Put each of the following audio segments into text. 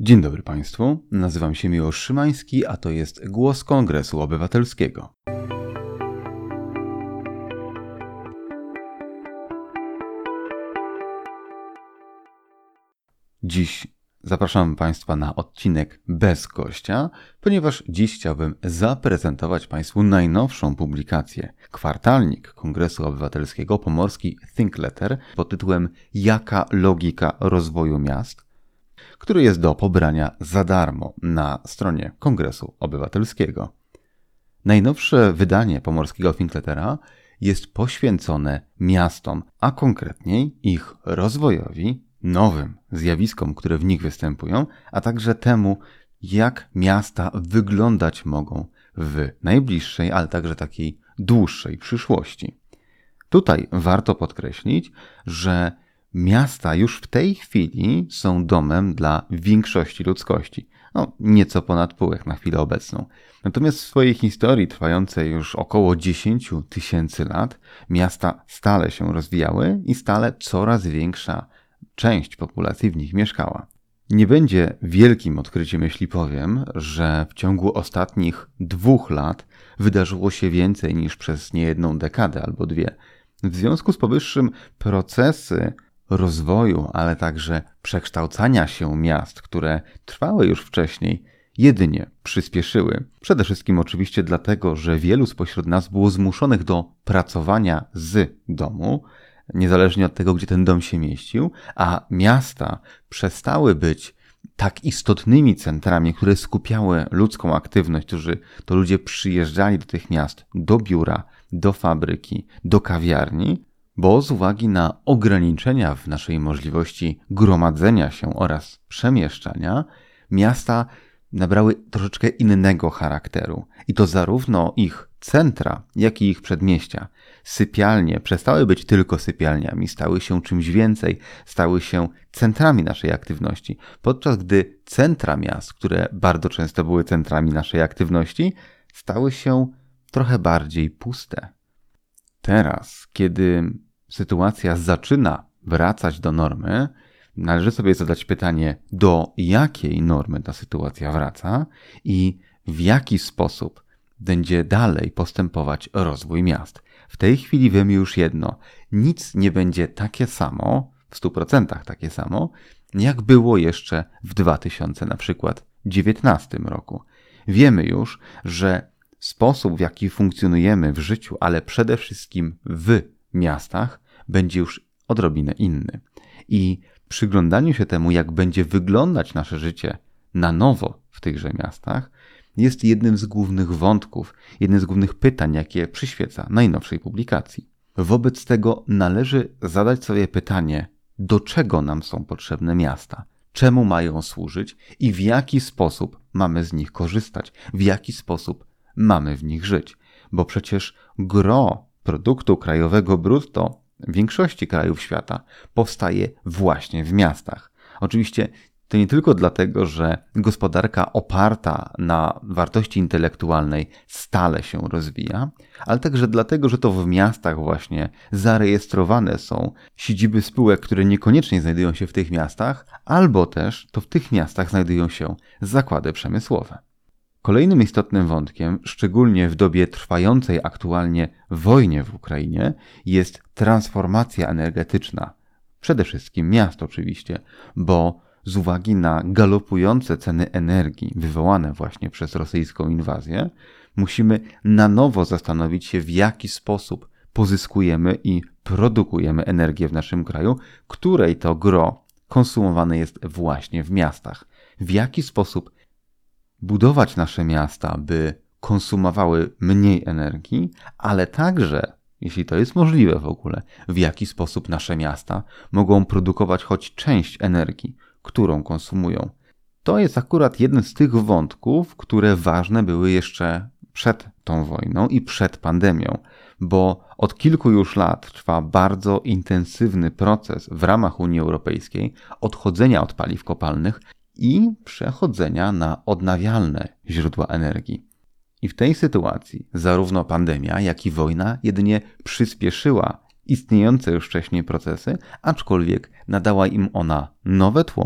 Dzień dobry Państwu, nazywam się Miłosz Szymański, a to jest Głos Kongresu Obywatelskiego. Dziś zapraszam Państwa na odcinek bez gościa, ponieważ dziś chciałbym zaprezentować Państwu najnowszą publikację, kwartalnik Kongresu Obywatelskiego Pomorski Think Letter pod tytułem Jaka logika rozwoju miast?, który jest do pobrania za darmo na stronie Kongresu Obywatelskiego. Najnowsze wydanie pomorskiego Think Lettera jest poświęcone miastom, a konkretniej ich rozwojowi, nowym zjawiskom, które w nich występują, a także temu, jak miasta wyglądać mogą w najbliższej, ale także takiej dłuższej przyszłości. Tutaj warto podkreślić, że miasta już w tej chwili są domem dla większości ludzkości. Nieco ponad pół jak na chwilę obecną. Natomiast w swojej historii trwającej już około 10 000 lat miasta stale się rozwijały i stale coraz większa część populacji w nich mieszkała. Nie będzie wielkim odkryciem, jeśli powiem, że w ciągu ostatnich 2 lat wydarzyło się więcej niż przez niejedną dekadę albo 2. W związku z powyższym procesy rozwoju, ale także przekształcania się miast, które trwały już wcześniej, jedynie przyspieszyły. Przede wszystkim oczywiście dlatego, że wielu spośród nas było zmuszonych do pracowania z domu, niezależnie od tego, gdzie ten dom się mieścił, a miasta przestały być tak istotnymi centrami, które skupiały ludzką aktywność, którzy to ludzie przyjeżdżali do tych miast, do biura, do fabryki, do kawiarni, bo z uwagi na ograniczenia w naszej możliwości gromadzenia się oraz przemieszczania, miasta nabrały troszeczkę innego charakteru. I to zarówno ich centra, jak i ich przedmieścia. Sypialnie przestały być tylko sypialniami, stały się czymś więcej, stały się centrami naszej aktywności. Podczas gdy centra miast, które bardzo często były centrami naszej aktywności, stały się trochę bardziej puste. Teraz, kiedy sytuacja zaczyna wracać do normy, należy sobie zadać pytanie, do jakiej normy ta sytuacja wraca i w jaki sposób będzie dalej postępować rozwój miast. W tej chwili wiemy już jedno, nic nie będzie takie samo, w 100% takie samo, jak było jeszcze w 2019 roku. Wiemy już, że sposób, w jaki funkcjonujemy w życiu, ale przede wszystkim w miastach, będzie już odrobinę inny. I przyglądaniu się temu, jak będzie wyglądać nasze życie na nowo w tychże miastach, jest jednym z głównych wątków, jednym z głównych pytań, jakie przyświeca najnowszej publikacji. Wobec tego należy zadać sobie pytanie, do czego nam są potrzebne miasta, czemu mają służyć i w jaki sposób mamy z nich korzystać, w jaki sposób mamy w nich żyć. Bo przecież gros produktu krajowego brutto w większości krajów świata powstaje właśnie w miastach. Oczywiście to nie tylko dlatego, że gospodarka oparta na wartości intelektualnej stale się rozwija, ale także dlatego, że to w miastach właśnie zarejestrowane są siedziby spółek, które niekoniecznie znajdują się w tych miastach, albo też to w tych miastach znajdują się zakłady przemysłowe. Kolejnym istotnym wątkiem, szczególnie w dobie trwającej aktualnie wojny w Ukrainie, jest transformacja energetyczna. Przede wszystkim miast oczywiście, bo z uwagi na galopujące ceny energii wywołane właśnie przez rosyjską inwazję, musimy na nowo zastanowić się, w jaki sposób pozyskujemy i produkujemy energię w naszym kraju, której to gros konsumowane jest właśnie w miastach. W jaki sposób budować nasze miasta, by konsumowały mniej energii, ale także, jeśli to jest możliwe w ogóle, w jaki sposób nasze miasta mogą produkować choć część energii, którą konsumują. To jest akurat jeden z tych wątków, które ważne były jeszcze przed tą wojną i przed pandemią, bo od kilku już lat trwa bardzo intensywny proces w ramach Unii Europejskiej odchodzenia od paliw kopalnych i przechodzenia na odnawialne źródła energii. I w tej sytuacji zarówno pandemia, jak i wojna jedynie przyspieszyła istniejące już wcześniej procesy, aczkolwiek nadała im ona nowe tło,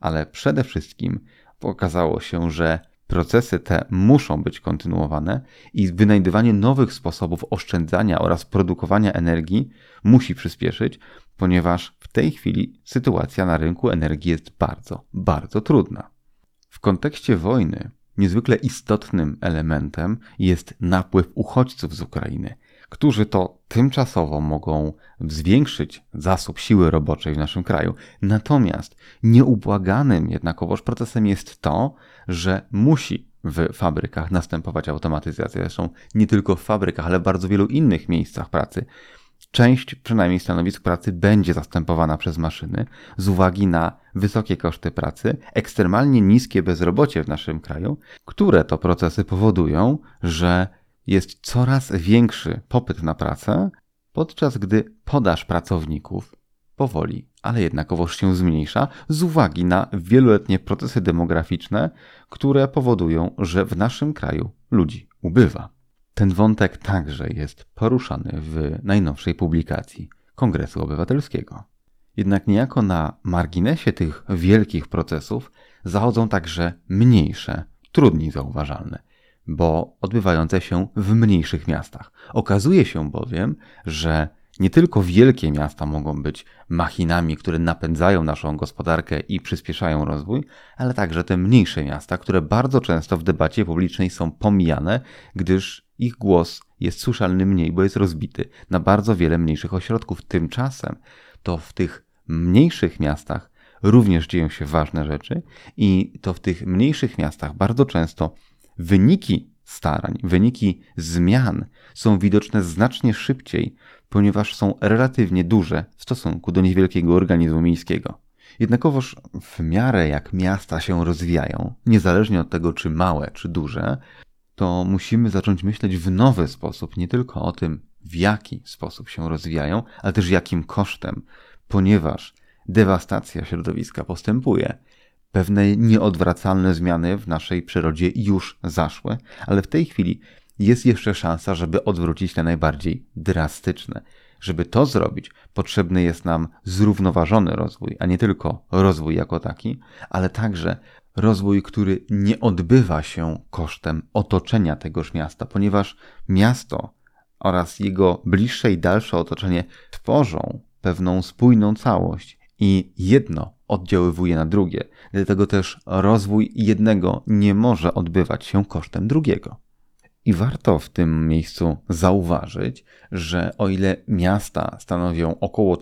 ale przede wszystkim okazało się, że procesy te muszą być kontynuowane i wynajdywanie nowych sposobów oszczędzania oraz produkowania energii musi przyspieszyć, ponieważ w tej chwili sytuacja na rynku energii jest bardzo, bardzo trudna. W kontekście wojny niezwykle istotnym elementem jest napływ uchodźców z Ukrainy, którzy to tymczasowo mogą zwiększyć zasób siły roboczej w naszym kraju. Natomiast nieubłaganym jednakowoż procesem jest to, że musi w fabrykach następować automatyzacja. Zresztą nie tylko w fabrykach, ale w bardzo wielu innych miejscach pracy. Część przynajmniej stanowisk pracy będzie zastępowana przez maszyny z uwagi na wysokie koszty pracy, ekstremalnie niskie bezrobocie w naszym kraju, które to procesy powodują, że jest coraz większy popyt na pracę, podczas gdy podaż pracowników powoli, ale jednakowoż się zmniejsza z uwagi na wieloletnie procesy demograficzne, które powodują, że w naszym kraju ludzi ubywa. Ten wątek także jest poruszany w najnowszej publikacji Kongresu Obywatelskiego. Jednak niejako na marginesie tych wielkich procesów zachodzą także mniejsze, trudniej zauważalne, bo odbywające się w mniejszych miastach. Okazuje się bowiem, że nie tylko wielkie miasta mogą być machinami, które napędzają naszą gospodarkę i przyspieszają rozwój, ale także te mniejsze miasta, które bardzo często w debacie publicznej są pomijane, gdyż ich głos jest słyszalny mniej, bo jest rozbity na bardzo wiele mniejszych ośrodków. Tymczasem to w tych mniejszych miastach również dzieją się ważne rzeczy i to w tych mniejszych miastach bardzo często wyniki starań, wyniki zmian są widoczne znacznie szybciej, ponieważ są relatywnie duże w stosunku do niewielkiego organizmu miejskiego. Jednakowoż w miarę jak miasta się rozwijają, niezależnie od tego czy małe, czy duże, to musimy zacząć myśleć w nowy sposób, nie tylko o tym, w jaki sposób się rozwijają, ale też jakim kosztem, ponieważ dewastacja środowiska postępuje. Pewne nieodwracalne zmiany w naszej przyrodzie już zaszły, ale w tej chwili jest jeszcze szansa, żeby odwrócić te najbardziej drastyczne. Żeby to zrobić, potrzebny jest nam zrównoważony rozwój, a nie tylko rozwój jako taki, ale także rozwój, który nie odbywa się kosztem otoczenia tegoż miasta, ponieważ miasto oraz jego bliższe i dalsze otoczenie tworzą pewną spójną całość i jedno oddziaływuje na drugie. Dlatego też rozwój jednego nie może odbywać się kosztem drugiego. I warto w tym miejscu zauważyć, że o ile miasta stanowią około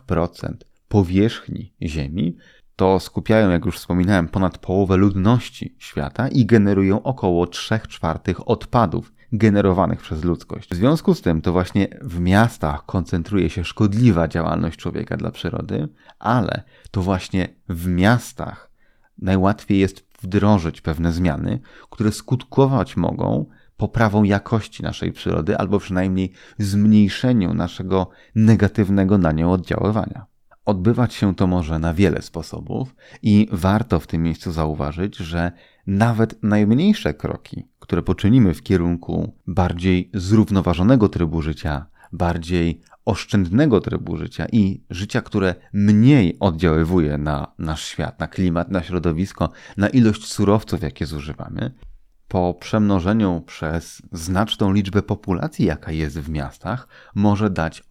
3% powierzchni Ziemi, to skupiają, jak już wspominałem, ponad połowę ludności świata i generują około 3/4 odpadów generowanych przez ludzkość. W związku z tym to właśnie w miastach koncentruje się szkodliwa działalność człowieka dla przyrody, ale to właśnie w miastach najłatwiej jest wdrożyć pewne zmiany, które skutkować mogą poprawą jakości naszej przyrody albo przynajmniej zmniejszeniu naszego negatywnego na nią oddziaływania. Odbywać się to może na wiele sposobów i warto w tym miejscu zauważyć, że nawet najmniejsze kroki, które poczynimy w kierunku bardziej zrównoważonego trybu życia, bardziej oszczędnego trybu życia i życia, które mniej oddziaływuje na nasz świat, na klimat, na środowisko, na ilość surowców, jakie zużywamy, po przemnożeniu przez znaczną liczbę populacji, jaka jest w miastach, może dać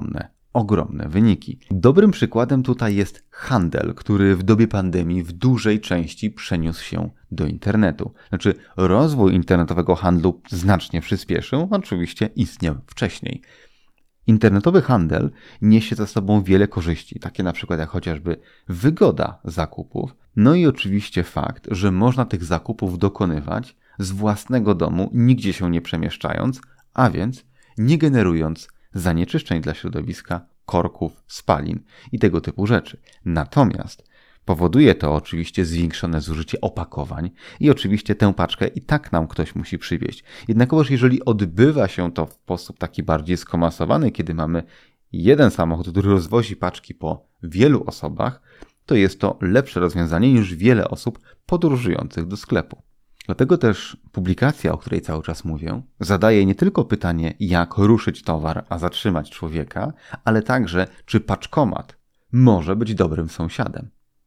ogromne wyniki. Dobrym przykładem tutaj jest handel, który w dobie pandemii w dużej części przeniósł się do internetu. Znaczy rozwój internetowego handlu znacznie przyspieszył, oczywiście istniał wcześniej. Internetowy handel niesie za sobą wiele korzyści, takie na przykład jak chociażby wygoda zakupów, no i oczywiście fakt, że można tych zakupów dokonywać z własnego domu, nigdzie się nie przemieszczając, a więc nie generując zanieczyszczeń dla środowiska, korków, spalin i tego typu rzeczy. Natomiast powoduje to oczywiście zwiększone zużycie opakowań i oczywiście tę paczkę i tak nam ktoś musi przywieźć. Jednakowoż jeżeli odbywa się to w sposób taki bardziej skomasowany, kiedy mamy jeden samochód, który rozwozi paczki po wielu osobach, to jest to lepsze rozwiązanie niż wiele osób podróżujących do sklepu. Dlatego też publikacja, o której cały czas mówię, zadaje nie tylko pytanie, jak ruszyć towar, a zatrzymać człowieka, ale także, czy paczkomat może być dobrym sąsiadem.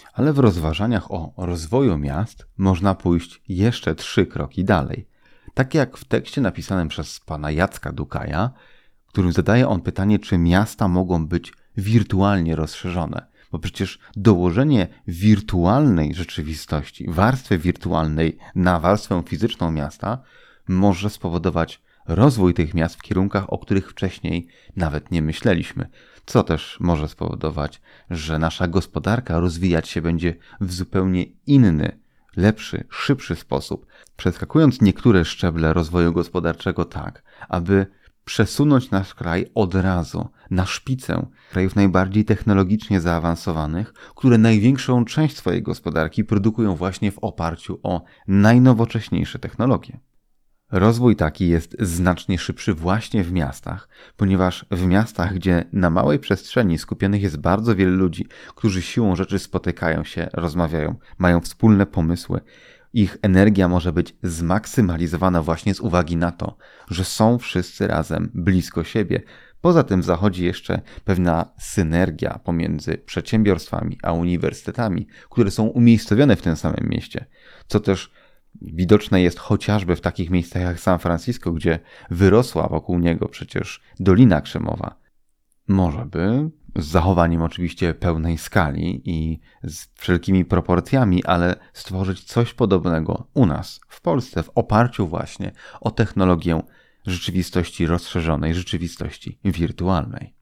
Ale w rozważaniach o rozwoju miast można pójść jeszcze 3 kroki dalej. Tak jak w tekście napisanym przez pana Jacka Dukaja, w którym zadaje on pytanie, czy miasta mogą być wirtualnie rozszerzone. Bo przecież dołożenie wirtualnej rzeczywistości, warstwy wirtualnej na warstwę fizyczną miasta może spowodować rozwój tych miast w kierunkach, o których wcześniej nawet nie myśleliśmy. Co też może spowodować, że nasza gospodarka rozwijać się będzie w zupełnie inny, lepszy, szybszy sposób, przeskakując niektóre szczeble rozwoju gospodarczego tak, aby przesunąć nasz kraj od razu na szpicę krajów najbardziej technologicznie zaawansowanych, które największą część swojej gospodarki produkują właśnie w oparciu o najnowocześniejsze technologie. Rozwój taki jest znacznie szybszy właśnie w miastach, ponieważ w miastach, gdzie na małej przestrzeni skupionych jest bardzo wielu ludzi, którzy siłą rzeczy spotykają się, rozmawiają, mają wspólne pomysły, ich energia może być zmaksymalizowana właśnie z uwagi na to, że są wszyscy razem blisko siebie. Poza tym zachodzi jeszcze pewna synergia pomiędzy przedsiębiorstwami a uniwersytetami, które są umiejscowione w tym samym mieście, co też widoczne jest chociażby w takich miejscach jak San Francisco, gdzie wyrosła wokół niego przecież Dolina Krzemowa. Może by, z zachowaniem oczywiście pełnej skali i z wszelkimi proporcjami, ale stworzyć coś podobnego u nas, w Polsce, w oparciu właśnie o technologię rzeczywistości rozszerzonej, rzeczywistości wirtualnej.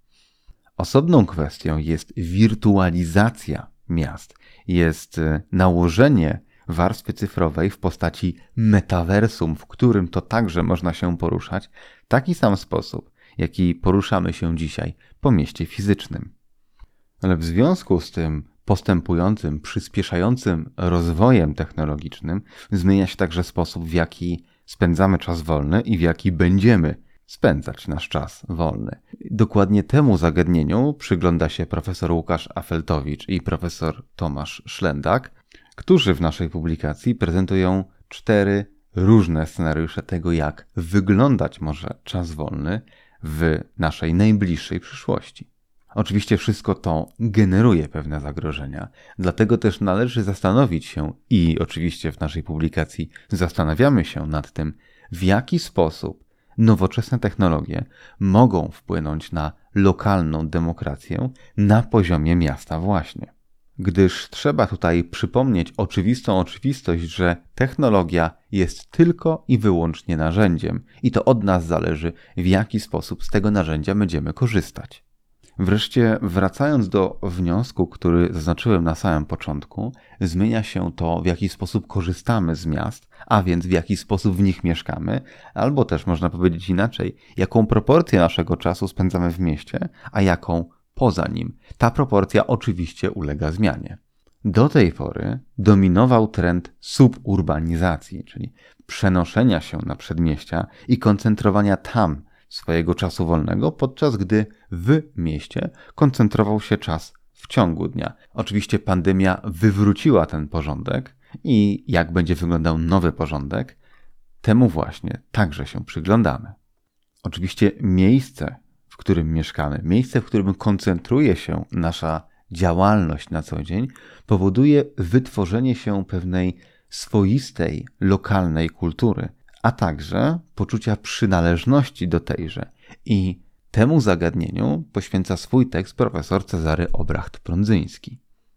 Osobną kwestią jest wirtualizacja miast, jest nałożenie warstwy cyfrowej w postaci metaversum, w którym to także można się poruszać w taki sam sposób, jaki poruszamy się dzisiaj po mieście fizycznym. Ale w związku z tym postępującym, przyspieszającym rozwojem technologicznym zmienia się także sposób, w jaki spędzamy czas wolny i w jaki będziemy spędzać nasz czas wolny. Dokładnie temu zagadnieniu przygląda się profesor Łukasz Afeltowicz i profesor Tomasz Szlendak, którzy w naszej publikacji prezentują 4 różne scenariusze tego, jak wyglądać może czas wolny w naszej najbliższej przyszłości. Oczywiście wszystko to generuje pewne zagrożenia, dlatego też należy zastanowić się i oczywiście w naszej publikacji zastanawiamy się nad tym, w jaki sposób nowoczesne technologie mogą wpłynąć na lokalną demokrację na poziomie miasta właśnie. Gdyż trzeba tutaj przypomnieć oczywistą oczywistość, że technologia jest tylko i wyłącznie narzędziem i to od nas zależy, w jaki sposób z tego narzędzia będziemy korzystać. Wreszcie wracając do wniosku, który zaznaczyłem na samym początku, zmienia się to, w jaki sposób korzystamy z miast, a więc w jaki sposób w nich mieszkamy, albo też można powiedzieć inaczej, jaką proporcję naszego czasu spędzamy w mieście, a jaką poza nim. Ta proporcja oczywiście ulega zmianie. Do tej pory dominował trend suburbanizacji, czyli przenoszenia się na przedmieścia i koncentrowania tam swojego czasu wolnego, podczas gdy w mieście koncentrował się czas w ciągu dnia. Oczywiście pandemia wywróciła ten porządek i jak będzie wyglądał nowy porządek, temu właśnie także się przyglądamy. Oczywiście miejsce, w którym mieszkamy, miejsce, w którym koncentruje się nasza działalność na co dzień, powoduje wytworzenie się pewnej swoistej, lokalnej kultury, a także poczucia przynależności do tejże. I temu zagadnieniu poświęca swój tekst profesor Cezary Obracht-Prądzyński.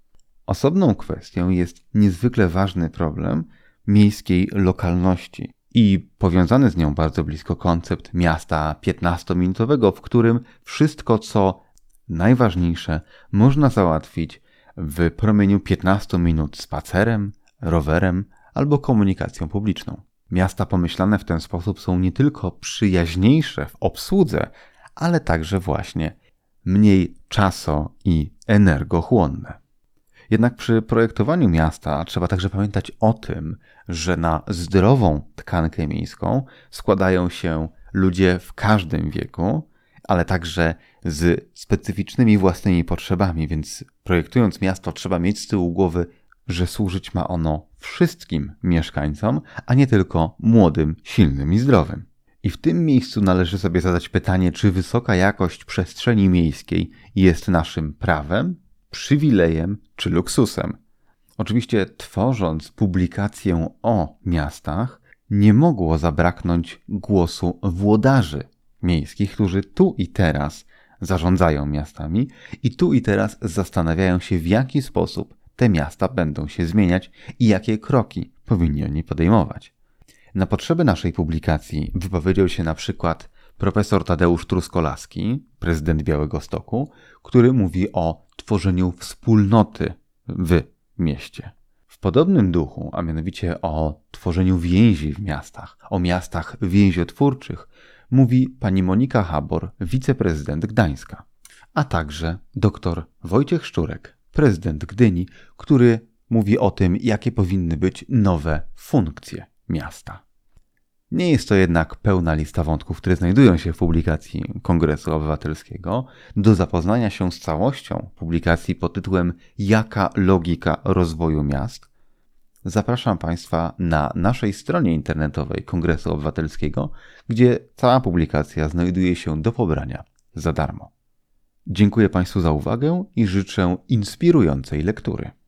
Osobną kwestią jest niezwykle ważny problem miejskiej lokalności i powiązany z nią bardzo blisko koncept miasta 15-minutowego, w którym wszystko, co najważniejsze, można załatwić w promieniu 15 minut spacerem, rowerem albo komunikacją publiczną. Miasta pomyślane w ten sposób są nie tylko przyjaźniejsze w obsłudze, ale także właśnie mniej czaso- i energochłonne. Jednak przy projektowaniu miasta trzeba także pamiętać o tym, że na zdrową tkankę miejską składają się ludzie w każdym wieku, ale także z specyficznymi własnymi potrzebami, więc projektując miasto trzeba mieć z tyłu głowy, że służyć ma ono wszystkim mieszkańcom, a nie tylko młodym, silnym i zdrowym. I w tym miejscu należy sobie zadać pytanie, czy wysoka jakość przestrzeni miejskiej jest naszym prawem, przywilejem czy luksusem. Oczywiście, tworząc publikację o miastach, nie mogło zabraknąć głosu włodarzy miejskich, którzy tu i teraz zarządzają miastami i tu i teraz zastanawiają się, w jaki sposób te miasta będą się zmieniać i jakie kroki powinni oni podejmować. Na potrzeby naszej publikacji wypowiedział się na przykład profesor Tadeusz Truskolaski, prezydent Białegostoku, który mówi o tworzeniu wspólnoty w mieście. W podobnym duchu, a mianowicie o tworzeniu więzi w miastach, o miastach więziotwórczych, mówi pani Monika Habor, wiceprezydent Gdańska, a także dr Wojciech Szczurek, prezydent Gdyni, który mówi o tym, jakie powinny być nowe funkcje miasta. Nie jest to jednak pełna lista wątków, które znajdują się w publikacji Kongresu Obywatelskiego. Do zapoznania się z całością publikacji pod tytułem Jaka logika rozwoju miast? Zapraszam Państwa na naszej stronie internetowej Kongresu Obywatelskiego, gdzie cała publikacja znajduje się do pobrania za darmo. Dziękuję Państwu za uwagę i życzę inspirującej lektury.